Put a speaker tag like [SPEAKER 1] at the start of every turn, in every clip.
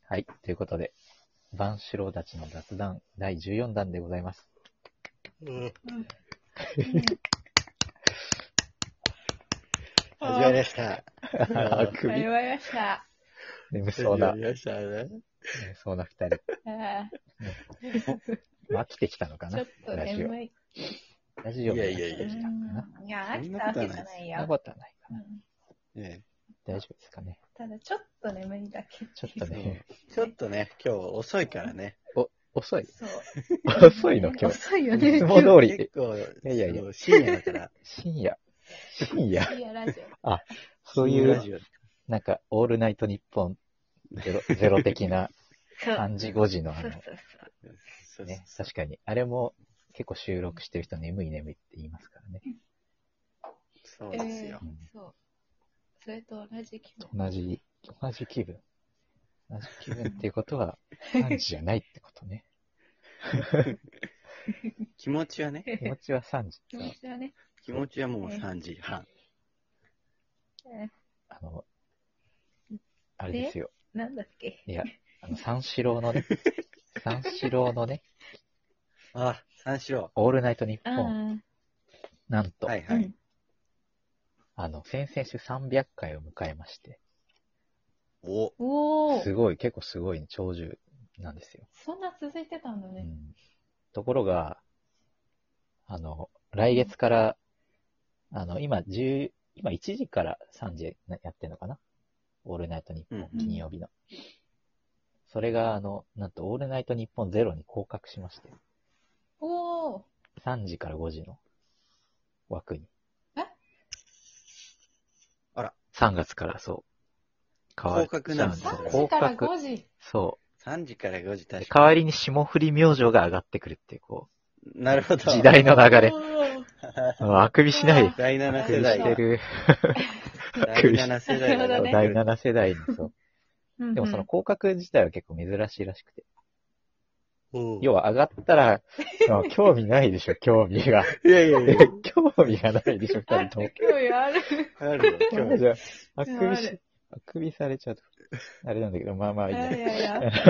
[SPEAKER 1] はい。ということで、万志郎たちの雑談第14弾でございます。
[SPEAKER 2] 始まりました。
[SPEAKER 1] あくび
[SPEAKER 3] 始まりました。
[SPEAKER 1] 眠そうな、
[SPEAKER 2] 始まりましたね。
[SPEAKER 1] 眠そうな二人。飽きてきたのかな
[SPEAKER 3] ちょっと
[SPEAKER 1] ラジオ。
[SPEAKER 3] 眠い。
[SPEAKER 1] ラジオが
[SPEAKER 2] いやいやいや
[SPEAKER 1] 飽きてきたのかな。
[SPEAKER 3] いや、飽きたわけじゃない
[SPEAKER 1] そんな
[SPEAKER 3] よ。
[SPEAKER 1] ことはないかな。
[SPEAKER 2] ね
[SPEAKER 1] 大丈夫ですかね。
[SPEAKER 3] ただ、ちょっと眠いだけ。
[SPEAKER 1] ちょっとね、
[SPEAKER 2] ちょっとね、今日遅いからね。
[SPEAKER 1] 遅い。
[SPEAKER 3] そう。
[SPEAKER 1] 遅いの今日。
[SPEAKER 3] 遅いよね。
[SPEAKER 1] いつも通り。
[SPEAKER 2] 結構、
[SPEAKER 1] いや
[SPEAKER 2] そう深夜だから。
[SPEAKER 1] 深夜。
[SPEAKER 3] いや、ラジオ。
[SPEAKER 1] そういう、
[SPEAKER 2] 深夜ラジオ
[SPEAKER 1] なんか、オールナイトニッポンゼロ的な
[SPEAKER 3] そう。
[SPEAKER 1] 3時5時の
[SPEAKER 3] そうそう
[SPEAKER 1] ね、確かに。あれも結構収録してる人眠いって言いますからね。
[SPEAKER 2] そうですよ。
[SPEAKER 3] そう。それと同じ気分。
[SPEAKER 1] 同じ気分。同じ気分っていうことは3時じゃないってことね。
[SPEAKER 2] 気持ちはね、
[SPEAKER 1] 気持ちは3時。
[SPEAKER 3] 気持ちはね。
[SPEAKER 2] 気持ちはもう3時半。
[SPEAKER 1] あれですよ。
[SPEAKER 3] なんだっけ。
[SPEAKER 1] いや、三四郎のね、
[SPEAKER 2] あ、三四郎。
[SPEAKER 1] オールナイトニッポン、
[SPEAKER 3] あ
[SPEAKER 1] なんと、
[SPEAKER 2] はい
[SPEAKER 3] あ。
[SPEAKER 2] はい。
[SPEAKER 1] 先々週300回を迎えまして、
[SPEAKER 2] お、
[SPEAKER 3] おー。
[SPEAKER 1] 結構すごい、ね、長寿なんですよ。
[SPEAKER 3] そんな続いてたんだね。
[SPEAKER 1] ところが、来月から、今1時から3時やってんのかな、オールナイトニッポン、金曜日の。それが、なんと、オールナイトニッポンゼロに降格しまして。
[SPEAKER 3] おー。
[SPEAKER 1] 3時から5時の枠に。
[SPEAKER 2] あら。
[SPEAKER 1] 3月からそう。
[SPEAKER 2] 降格なんです
[SPEAKER 1] よ。
[SPEAKER 3] 3時から5時。
[SPEAKER 1] そ
[SPEAKER 2] 3時から5時確かに。
[SPEAKER 1] 代わりに霜降り明星が上がってくるっていう、
[SPEAKER 2] なるほど。
[SPEAKER 1] 時代の流れ。
[SPEAKER 3] お
[SPEAKER 1] あくびしないで。
[SPEAKER 2] 第7
[SPEAKER 1] あくび
[SPEAKER 2] 世代が。
[SPEAKER 1] してる。
[SPEAKER 2] 第7世代が。
[SPEAKER 1] 第7世代にそう。
[SPEAKER 3] うんうん。
[SPEAKER 1] でもその降格自体は結構珍しいらしくて。
[SPEAKER 2] おう
[SPEAKER 1] 要は上がったら、興味ないでしょ、興味が。
[SPEAKER 2] いやいやいや。
[SPEAKER 1] 興味がないでしょ、二
[SPEAKER 3] あ
[SPEAKER 1] 人とも
[SPEAKER 3] る。興味ある。
[SPEAKER 2] あるよ、今日。
[SPEAKER 1] じゃあ、
[SPEAKER 3] ある
[SPEAKER 1] あくびされちゃうと、あれなんだけど、まあまあいい
[SPEAKER 3] いやい
[SPEAKER 1] や。
[SPEAKER 3] やいや。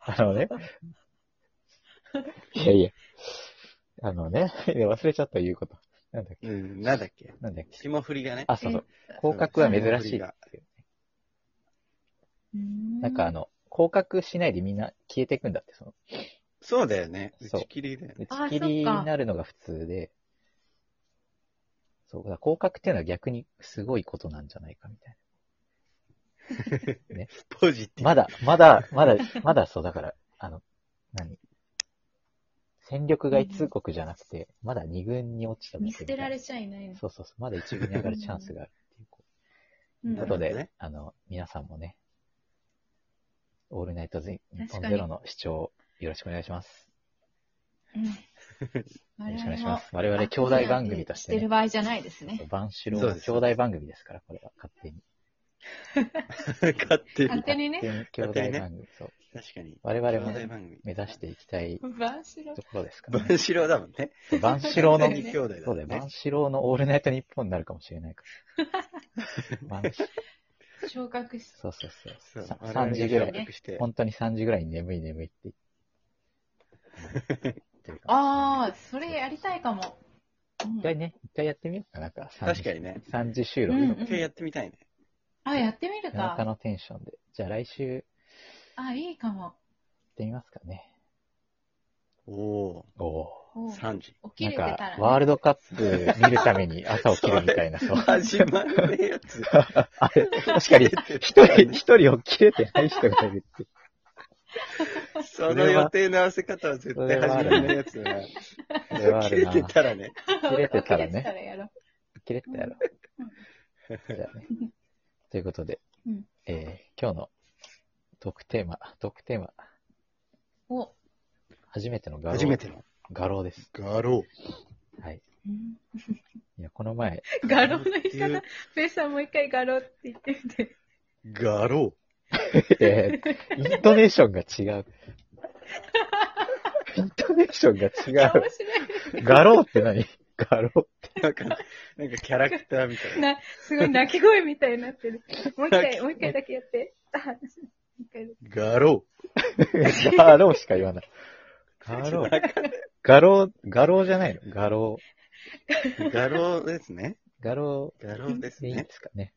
[SPEAKER 1] いやいや。忘れちゃった言うこと。なんだっけ。
[SPEAKER 2] なんだっけ。
[SPEAKER 1] なんだっけ。
[SPEAKER 2] 霜降りがね。
[SPEAKER 1] あ、そうそう。降格は珍しいっていう。なんか降格しないでみんな消えていくんだって、
[SPEAKER 2] そうだよね。
[SPEAKER 1] そう
[SPEAKER 2] 打ち切りだよね。
[SPEAKER 1] 打ち切りになるのが普通で、そう、だから降格っていうのは逆にすごいことなんじゃないかみたいな。ね。
[SPEAKER 2] ポジティブ。
[SPEAKER 1] まだそう、だから、戦力外通告じゃなくて、まだ2軍に落ちただけみたいな。
[SPEAKER 3] 見捨てられちゃいないの。
[SPEAKER 1] そう、まだ1軍に上がるチャンスがあるっていう
[SPEAKER 3] うん
[SPEAKER 1] ことで、
[SPEAKER 2] ね
[SPEAKER 1] 皆さんもね、オールナイト日本ゼロの視聴よろしくお願いします。
[SPEAKER 3] うん。
[SPEAKER 1] よろしくお願いします。
[SPEAKER 3] 我
[SPEAKER 1] 我々兄弟番組として
[SPEAKER 3] してる
[SPEAKER 1] ね、
[SPEAKER 3] 場合じゃないですね。
[SPEAKER 1] 万志郎
[SPEAKER 2] そうです
[SPEAKER 1] 兄弟番組ですから、これは勝手に。
[SPEAKER 2] 勝手に。
[SPEAKER 3] 勝手にね。
[SPEAKER 1] 兄弟番組、そう。
[SPEAKER 2] 確かに。
[SPEAKER 1] 我々もね
[SPEAKER 2] 兄弟番組。
[SPEAKER 1] 目指していきたい
[SPEAKER 3] 万志郎
[SPEAKER 1] と。ころですからね。
[SPEAKER 2] 万四郎だもんね。
[SPEAKER 1] 万志郎の、
[SPEAKER 3] そうだよね
[SPEAKER 2] 兄弟だ
[SPEAKER 1] そうだよ、
[SPEAKER 2] ね。
[SPEAKER 1] 万志郎のオールナイトニッポンになるかもしれないから。
[SPEAKER 3] 昇格し。
[SPEAKER 1] そう。
[SPEAKER 2] そう
[SPEAKER 1] 3時ぐらい、
[SPEAKER 3] ね
[SPEAKER 1] 本当に3時ぐらいに眠いって言ってるから。
[SPEAKER 3] ああ、それやりたいかも。
[SPEAKER 1] 一回やってみようかなんか。
[SPEAKER 2] 確かにね。
[SPEAKER 1] 3時収録
[SPEAKER 3] うん
[SPEAKER 1] とか。
[SPEAKER 2] 一回やってみたいね。
[SPEAKER 3] あ、やってみるか。
[SPEAKER 1] 夜中のテンションで。じゃあ来週やっ
[SPEAKER 3] あ、いいかも。
[SPEAKER 1] てみますかね。
[SPEAKER 2] おお
[SPEAKER 1] おー。
[SPEAKER 3] おう
[SPEAKER 2] 3時。
[SPEAKER 3] 起き
[SPEAKER 1] なんか
[SPEAKER 3] れてたら、ね。
[SPEAKER 1] ワールドカップ見るために朝起きるみたいな、そう。
[SPEAKER 2] 始まるねやつ。
[SPEAKER 1] あれ、確かに、一人起きれてない人がいるって。
[SPEAKER 2] その予定の合わせ方は絶対始まるねやつだな。
[SPEAKER 1] それはあ
[SPEAKER 2] 切れ
[SPEAKER 1] るな。
[SPEAKER 2] てたらね。
[SPEAKER 1] 起きれてたら
[SPEAKER 3] 起きれてたら
[SPEAKER 1] ね。
[SPEAKER 3] やろう。
[SPEAKER 1] 起きれてたやろ。じゃあね。ということで、
[SPEAKER 3] うん
[SPEAKER 1] 今日のトークテーマ、
[SPEAKER 3] お、
[SPEAKER 1] 初めての
[SPEAKER 2] 初めての。
[SPEAKER 1] 画廊です。
[SPEAKER 2] ガロ
[SPEAKER 1] はい。
[SPEAKER 3] うん
[SPEAKER 1] いや、この前、
[SPEAKER 3] 画廊の言い方、ペイさんもう一回画廊って言ってみて。
[SPEAKER 2] ガロ
[SPEAKER 1] イントネーションが違う。イントネーションが違
[SPEAKER 3] 面
[SPEAKER 1] う。
[SPEAKER 3] 白い。
[SPEAKER 1] 画廊って何？画廊って。
[SPEAKER 2] なんかキャラクターみたいな。
[SPEAKER 3] すごい泣き声みたいになってる。もう一回だけやって。
[SPEAKER 2] ガロ
[SPEAKER 1] ガローしか言わない。ガロー。ガローじゃないのガロ
[SPEAKER 2] ー。ガローですね。
[SPEAKER 1] ー。ガロ
[SPEAKER 2] ガローです
[SPEAKER 1] ーでいいんで
[SPEAKER 2] ね。
[SPEAKER 1] すかね。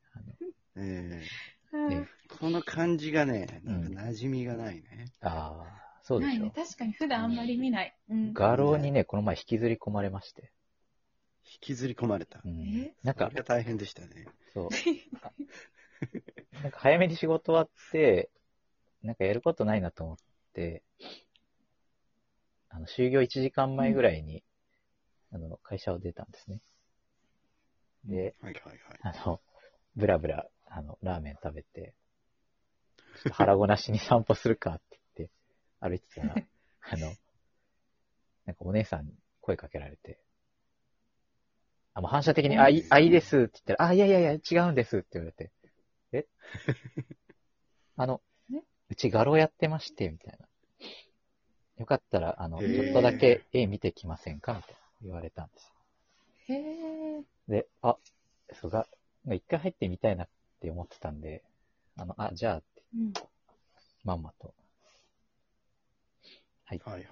[SPEAKER 2] この漢字がね、なんか
[SPEAKER 1] うん
[SPEAKER 2] 馴染みがないね。
[SPEAKER 1] ああ、そうで
[SPEAKER 3] ないね。
[SPEAKER 1] しょ。
[SPEAKER 3] 確かに普段あんまり見ない。うん。
[SPEAKER 1] ガローにね、この前引きずり込まれまして。
[SPEAKER 2] 引きずり込まれた。
[SPEAKER 1] なんか
[SPEAKER 2] それ、が大変でしたね。
[SPEAKER 1] そう。なんか早めに仕事終わって、なんかやることないなと思って、就業1時間前ぐらいに、会社を出たんですね。で、
[SPEAKER 2] はいはいはい。
[SPEAKER 1] ブラブラ、ラーメン食べて、ちょっと腹ごなしに散歩するかって言って、歩いてたら、なんかお姉さんに声かけられて、もう反射的に、いいですって言ったら、いやいやいや、違うんですって言われて、うち画廊やってまして、みたいな。よかったら、ちょっとだけ絵見てきませんかみたいな言われたんですよ。
[SPEAKER 3] へー。
[SPEAKER 1] で、一回入ってみたいなって思ってたんで、じゃあって、まんまと。はい。
[SPEAKER 2] はい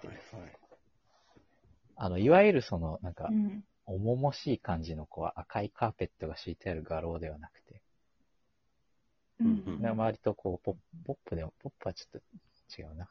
[SPEAKER 2] はいはい。
[SPEAKER 1] いわゆるなんか
[SPEAKER 3] う、ん。
[SPEAKER 1] 重々しい感じの赤いカーペットが敷いてある画廊ではなくて、
[SPEAKER 3] うん。
[SPEAKER 1] 割とポップはちょっと違うな。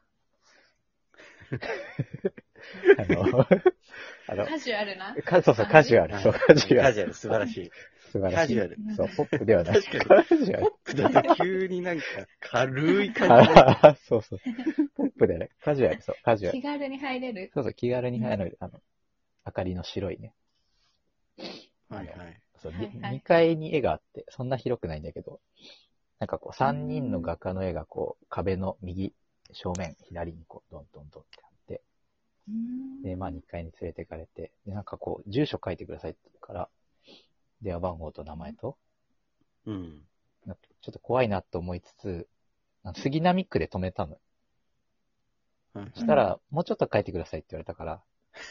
[SPEAKER 3] カジュアルな。
[SPEAKER 1] そうそう、カジュアル。そう、カジュアル。
[SPEAKER 2] カジュアル、素晴らしい。
[SPEAKER 1] 素晴らしい。
[SPEAKER 2] カジュアル。
[SPEAKER 1] そう、ポップではない。
[SPEAKER 2] 確かに
[SPEAKER 1] カジュアル。
[SPEAKER 2] ポップだと急になんか軽い感じで。
[SPEAKER 1] そうそう。ポップでね、カジュアル、そう、カジュアル。
[SPEAKER 3] 気軽に入れる。
[SPEAKER 1] そうそう、気軽に入れる。明かりの白いね。
[SPEAKER 2] はいはい。
[SPEAKER 1] そう、
[SPEAKER 3] はいはい
[SPEAKER 1] 2階に絵があって、そんな広くないんだけど、なんか3人の画家の絵が壁の右、正面、左にドンドンドンってあって、で、2階に連れて行かれて、で、なんか住所書いてくださいって言うから、電話番号と名前と、ちょっと怖いなと思いつつ、杉並区で止めたの。そしたら、もうちょっと書いてくださいって言われたから、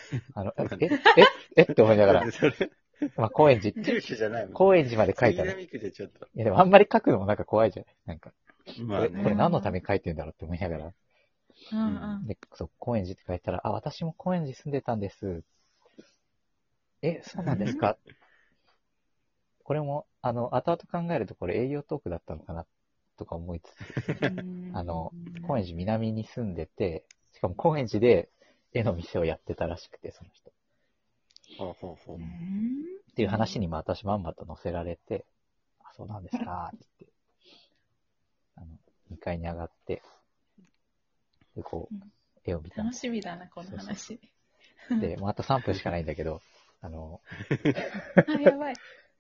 [SPEAKER 1] って思いながら、高円寺、
[SPEAKER 2] 住所じゃないもん。
[SPEAKER 1] 高円寺まで書いたの。
[SPEAKER 2] 杉並区でちょっと。
[SPEAKER 1] いや、でもあんまり書くのもなんか怖いじゃないなんか。
[SPEAKER 2] まあね。
[SPEAKER 1] これ何のために書いてんだろうって思いながら。
[SPEAKER 3] うん。
[SPEAKER 1] で、そう、高円寺って書いたら、私も高円寺住んでたんです。そうなんですかこれも、後々考えるとこれ営業トークだったのかなとか思いつつ、高円寺南に住んでて、しかも高円寺で絵の店をやってたらしくて、その人。
[SPEAKER 2] ほうほうほう。
[SPEAKER 1] っていう話にも私まんまと載せられて、そうなんですかって言って、2階に上がって、で、絵を見た。
[SPEAKER 3] 楽しみだな、この話。
[SPEAKER 1] で、もうあと3分しかないんだけど、
[SPEAKER 3] やばい。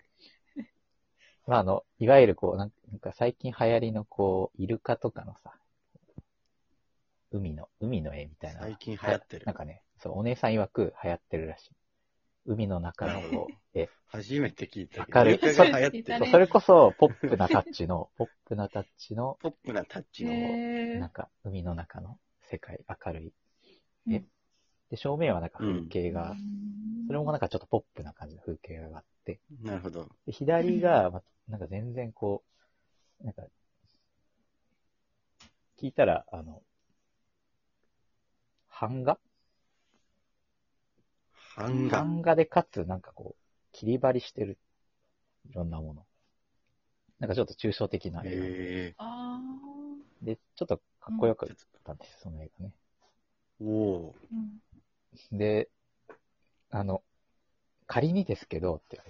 [SPEAKER 1] いわゆるなんか最近流行りのイルカとかのさ、海の絵みたいな。
[SPEAKER 2] 最近流行ってる。
[SPEAKER 1] なんかね、そう、お姉さん曰く流行ってるらしい。海の中の絵。
[SPEAKER 2] 初めて聞いた。
[SPEAKER 1] 明るい。
[SPEAKER 2] イルカが流行ってる。
[SPEAKER 1] それこそ、ポップなタッチの、なんか、海の中の世界、明るい絵。で、正面はなんか風景が、それもなんかちょっとポップな感じの風景画があって。
[SPEAKER 2] なるほど。
[SPEAKER 1] で、左が、なんか全然なんか、聞いたら、版画でかつ、なんか切り張りしてる。いろんなもの。なんかちょっと抽象的な絵が。で、ちょっとかっこよかったんです、その絵がね。
[SPEAKER 2] おー。
[SPEAKER 1] で、仮にですけど、って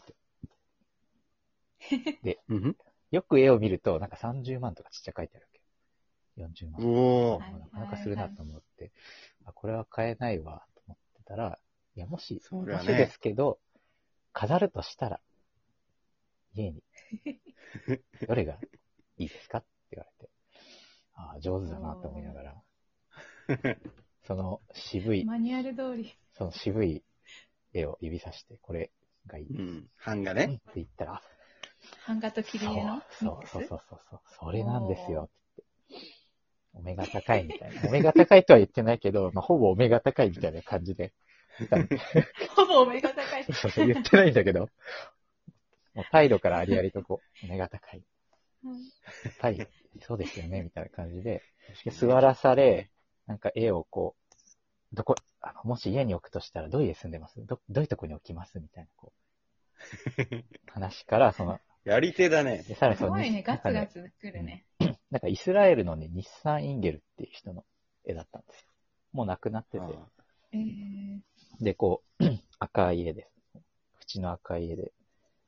[SPEAKER 1] 言われて。で、よく絵を見ると、なんか30万とかちっちゃ書いてあるわけ。40万。
[SPEAKER 2] おー。
[SPEAKER 1] なかなかするなと思って、これは買えないわ、と思ってたら、いや、もしですけど、飾るとしたら、家に、どれがいいですかって言われて、上手だなと思いながら、その渋い、
[SPEAKER 3] マニュアル通り。
[SPEAKER 1] その渋い絵を指さして、これがいい。
[SPEAKER 2] 版画ね。
[SPEAKER 1] って言ったら、
[SPEAKER 3] 版画と切り絵の
[SPEAKER 1] そう、それなんですよ、って言って。お目が高いみたいな。お目が高いとは言ってないけど、ほぼお目が高いみたいな感じで。
[SPEAKER 3] ほぼお目が高い。
[SPEAKER 1] そう言ってないんだけど、もう態度からありありとお目が高い。 やっぱり、そうですよね、みたいな感じで、座らされ、なんか絵をこう、もし家に置くとしたらどういう家住んでますどういうとこに置きますみたいな、こう、話から、
[SPEAKER 2] やり手だね。
[SPEAKER 1] でさらに
[SPEAKER 3] すごいね、ガツガ
[SPEAKER 1] ツ。
[SPEAKER 3] ツ来るね。
[SPEAKER 1] なんかイスラエルのね、日産インゲルっていう人の絵だったんですよ。もう亡くなってて。
[SPEAKER 2] あ
[SPEAKER 1] で、こう、赤い絵です。縁の赤い絵で、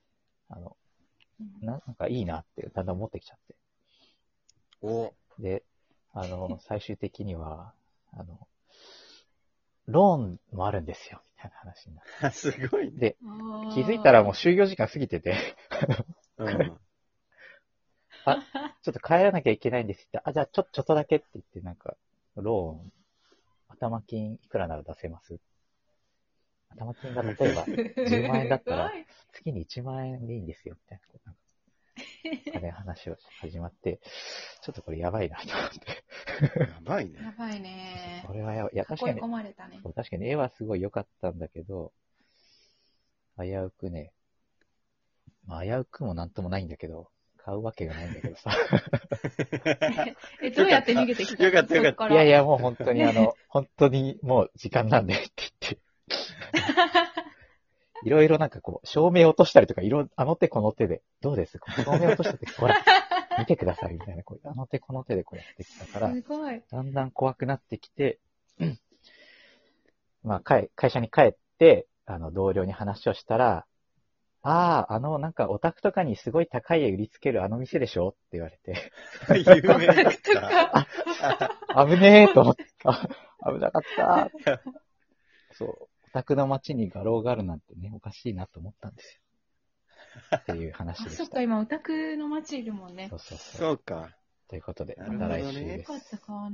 [SPEAKER 1] なんかいいなってだんだん思ってきちゃって。
[SPEAKER 2] お、
[SPEAKER 1] で、最終的には、ローンもあるんですよ、みたいな話になって。
[SPEAKER 2] すごいね。
[SPEAKER 1] で、気づいたらもう就業時間過ぎてて、
[SPEAKER 2] うん。
[SPEAKER 1] ちょっと帰らなきゃいけないんですって、じゃあちょっとだけって言って、なんか、ローン、頭金いくらなら出せます頭金が例えば10万円だったら、月に1万円でいいんですよ、みたいな。金話を始まって、ちょっとこれやばいなと思って。
[SPEAKER 2] やばいね。
[SPEAKER 3] やばいね。
[SPEAKER 1] これはやばい。いや、確かに
[SPEAKER 3] 囲い込、まれたね。
[SPEAKER 1] 確かに絵はすごい良かったんだけど、危うくね、危うくもなんともないんだけど、買うわけがないんだけどさ。
[SPEAKER 3] どうやって逃げてきたの？
[SPEAKER 2] よかったよかった
[SPEAKER 3] そから
[SPEAKER 1] いやいや、もう本当に本当にもう時間なんでって言って。いろいろなんかこう、照明落としたりとか、あの手この手で、どうですこの照明落とした時、ほら、見てくださいみたいな、こうあの手この手でこうやってきたから、
[SPEAKER 3] すごい。
[SPEAKER 1] だんだん怖くなってきて、まあ、会社に帰って、同僚に話をしたら、なんかオタクとかにすごい高い絵売りつけるあの店でしょって言われて、
[SPEAKER 2] 有名だった。
[SPEAKER 1] 危ねえと思って、危なかった。そう、オタクの街に画廊があるなんてね、おかしいなと思ったんですよ。っていう話でした。
[SPEAKER 3] そっか、今オタクの街いるもんね。
[SPEAKER 1] そうそうそう。
[SPEAKER 2] そうか。
[SPEAKER 1] ということで、
[SPEAKER 2] なるほどね
[SPEAKER 1] また来週です
[SPEAKER 3] よかった、買わ